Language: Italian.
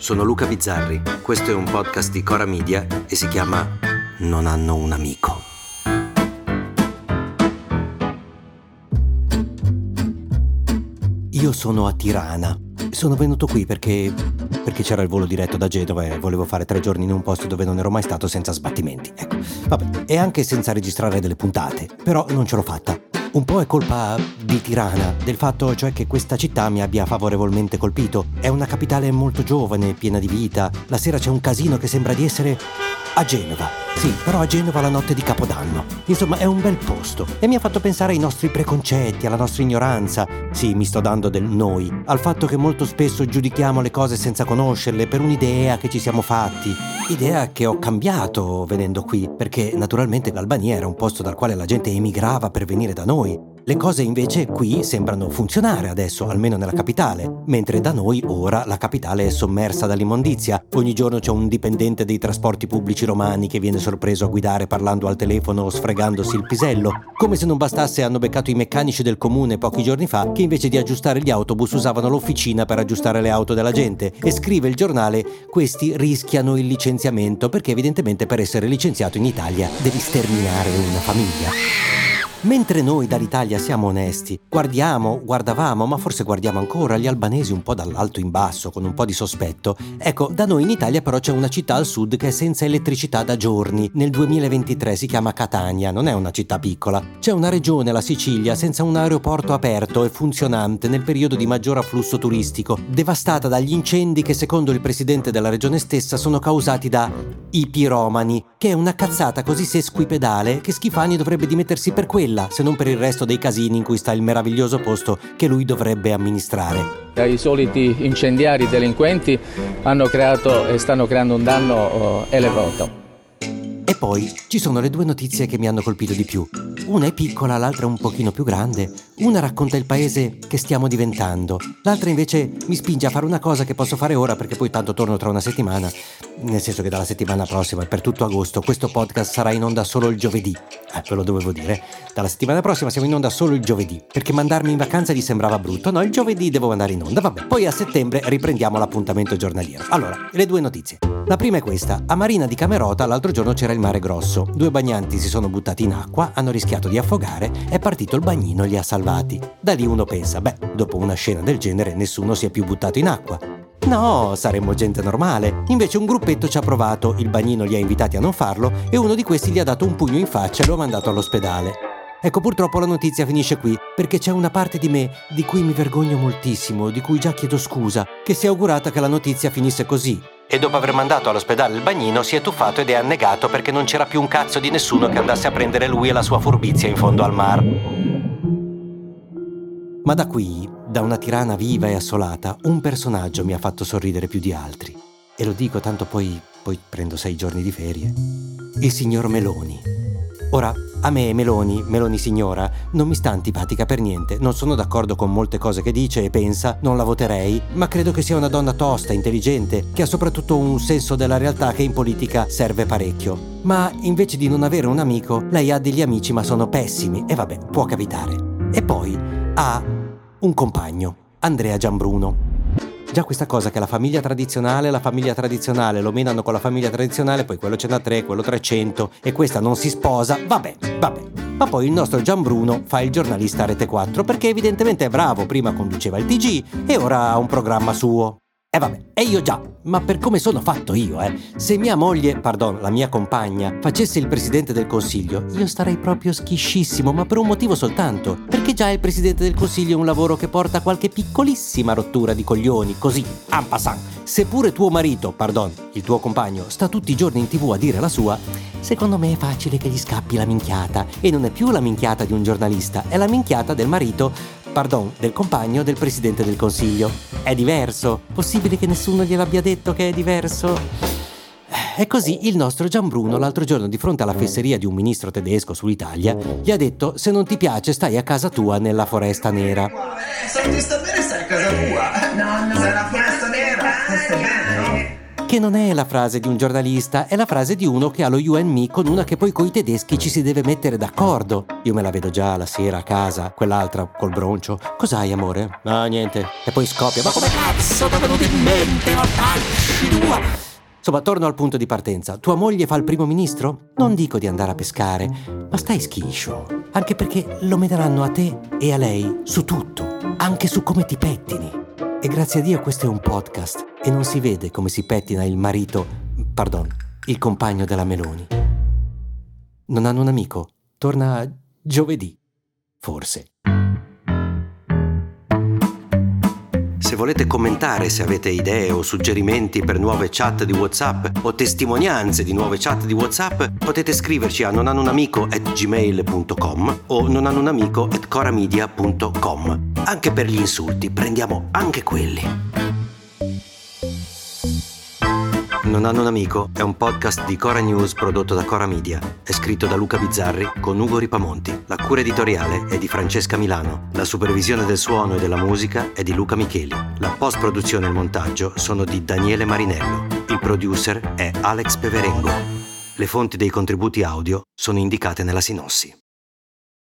sono Luca Bizzarri, questo è un podcast di Cora Media e si chiama Non hanno un amico. Io sono a Tirana. Sono venuto qui perché c'era il volo diretto da Genova e volevo fare 3 giorni in un posto dove non ero mai stato senza sbattimenti. Ecco, vabbè, e anche senza registrare delle puntate, però non ce l'ho fatta. Un po' è colpa di Tirana, del fatto cioè che questa città mi abbia favorevolmente colpito. È una capitale molto giovane, piena di vita. La sera c'è un casino che sembra di essere a Genova. Sì, però a Genova la notte di Capodanno. Insomma, è un bel posto e mi ha fatto pensare ai nostri preconcetti, alla nostra ignoranza. Sì, mi sto dando del noi, al fatto che molto spesso giudichiamo le cose senza conoscerle per un'idea che ci siamo fatti. Idea che ho cambiato venendo qui, perché naturalmente l'Albania era un posto dal quale la gente emigrava per venire da noi. Le cose invece qui sembrano funzionare adesso, almeno nella capitale, mentre da noi ora la capitale è sommersa dall'immondizia. Ogni giorno c'è un dipendente dei trasporti pubblici romani che viene sorpreso a guidare parlando al telefono o sfregandosi il pisello. Come se non bastasse, hanno beccato i meccanici del comune pochi giorni fa che invece di aggiustare gli autobus usavano l'officina per aggiustare le auto della gente. E scrive il giornale: questi rischiano il licenziamento perché evidentemente per essere licenziato in Italia devi sterminare una famiglia. Mentre noi dall'Italia siamo onesti, guardavamo, ma forse guardiamo ancora gli albanesi un po' dall'alto in basso, con un po' di sospetto. Ecco, da noi in Italia però c'è una città al sud che è senza elettricità da giorni. Nel 2023 si chiama Catania, non è una città piccola. C'è una regione, la Sicilia, senza un aeroporto aperto e funzionante nel periodo di maggior afflusso turistico, devastata dagli incendi che secondo il presidente della regione stessa sono causati da i piromani, che è una cazzata così sesquipedale che Schifani dovrebbe dimettersi per quello, se non per il resto dei casini in cui sta il meraviglioso posto che lui dovrebbe amministrare. I soliti incendiari delinquenti hanno creato e stanno creando un danno elevato. E poi ci sono le 2 notizie che mi hanno colpito di più. Una è piccola, l'altra un pochino più grande. Una racconta il paese che stiamo diventando. L'altra invece mi spinge a fare una cosa che posso fare ora perché poi tanto torno tra una settimana. Nel senso che dalla settimana prossima e per tutto agosto questo podcast sarà in onda solo il giovedì. Ve lo dovevo dire. Dalla settimana prossima siamo in onda solo il giovedì, perché mandarmi in vacanza gli sembrava brutto. No, il giovedì devo andare in onda. Vabbè, poi a settembre riprendiamo l'appuntamento giornaliero. Allora, le 2 notizie. La prima è questa. A Marina di Camerota l'altro giorno c'era il mare grosso. 2 bagnanti si sono buttati in acqua, hanno rischiato di affogare, è partito il bagnino e li ha salvati. Da lì uno pensa, dopo una scena del genere nessuno si è più buttato in acqua. No, saremmo gente normale. Invece un gruppetto ci ha provato, il bagnino li ha invitati a non farlo e uno di questi gli ha dato un pugno in faccia e lo ha mandato all'ospedale. Ecco, purtroppo la notizia finisce qui, perché c'è una parte di me di cui mi vergogno moltissimo, di cui già chiedo scusa, che si è augurata che la notizia finisse così. E dopo aver mandato all'ospedale il bagnino si è tuffato ed è annegato perché non c'era più un cazzo di nessuno che andasse a prendere lui e la sua furbizia in fondo al mar. Ma da qui, da una Tirana viva e assolata, un personaggio mi ha fatto sorridere più di altri. E lo dico tanto poi prendo 6 giorni di ferie. Il signor Meloni. Ora, a me Meloni signora, non mi sta antipatica per niente. Non sono d'accordo con molte cose che dice e pensa, non la voterei, ma credo che sia una donna tosta, intelligente, che ha soprattutto un senso della realtà che in politica serve parecchio. Ma invece di non avere un amico, lei ha degli amici ma sono pessimi e vabbè, può capitare. E poi ha un compagno, Andrea Giambruno. Già questa cosa che la famiglia tradizionale lo menano con la famiglia tradizionale, poi quello ce n'ha 3, quello 300 e questa non si sposa, vabbè. Ma poi il nostro Giambruno fa il giornalista a Rete 4 perché evidentemente è bravo, prima conduceva il TG e ora ha un programma suo. E io già, ma per come sono fatto io, se mia moglie, la mia compagna, facesse il Presidente del Consiglio, io starei proprio schiscissimo, ma per un motivo soltanto, perché già il Presidente del Consiglio è un lavoro che porta qualche piccolissima rottura di coglioni, così, en passant. Seppure tuo marito, il tuo compagno, sta tutti i giorni in TV a dire la sua, secondo me è facile che gli scappi la minchiata, e non è più la minchiata di un giornalista, è la minchiata del marito, del compagno del Presidente del Consiglio. È diverso? Possibile che nessuno gliel'abbia detto che è diverso? E così il nostro Giambruno l'altro giorno di fronte alla fesseria di un ministro tedesco sull'Italia gli ha detto: se non ti piace stai a casa tua nella foresta nera. Se non ti sta bene stai a casa tua. No, sei la foresta nera. Che non è la frase di un giornalista, è la frase di uno che ha lo you and me con una che poi coi tedeschi ci si deve mettere d'accordo. Io me la vedo già la sera a casa, quell'altra col broncio. Cos'hai, amore? No, niente. E poi scoppia. Ma come cazzo t'è venuto in mente? Insomma, torno al punto di partenza. Tua moglie fa il primo ministro? Non dico di andare a pescare, ma stai schiscio. Anche perché lo metteranno a te e a lei su tutto, anche su come ti pettini. E grazie a Dio questo è un podcast e non si vede come si pettina il il compagno della Meloni. Non hanno un amico? Torna giovedì, forse. Se volete commentare, se avete idee o suggerimenti per nuove chat di WhatsApp o testimonianze di nuove chat di WhatsApp, potete scriverci a nonhanunamico@gmail.com o nonhanunamico@coramedia.com. Anche per gli insulti, prendiamo anche quelli. Non hanno un amico è un podcast di Cora News prodotto da Cora Media. È scritto da Luca Bizzarri con Ugo Ripamonti. La cura editoriale è di Francesca Milano. La supervisione del suono e della musica è di Luca Micheli. La post-produzione e il montaggio sono di Daniele Marinello. Il producer è Alex Peverengo. Le fonti dei contributi audio sono indicate nella sinossi.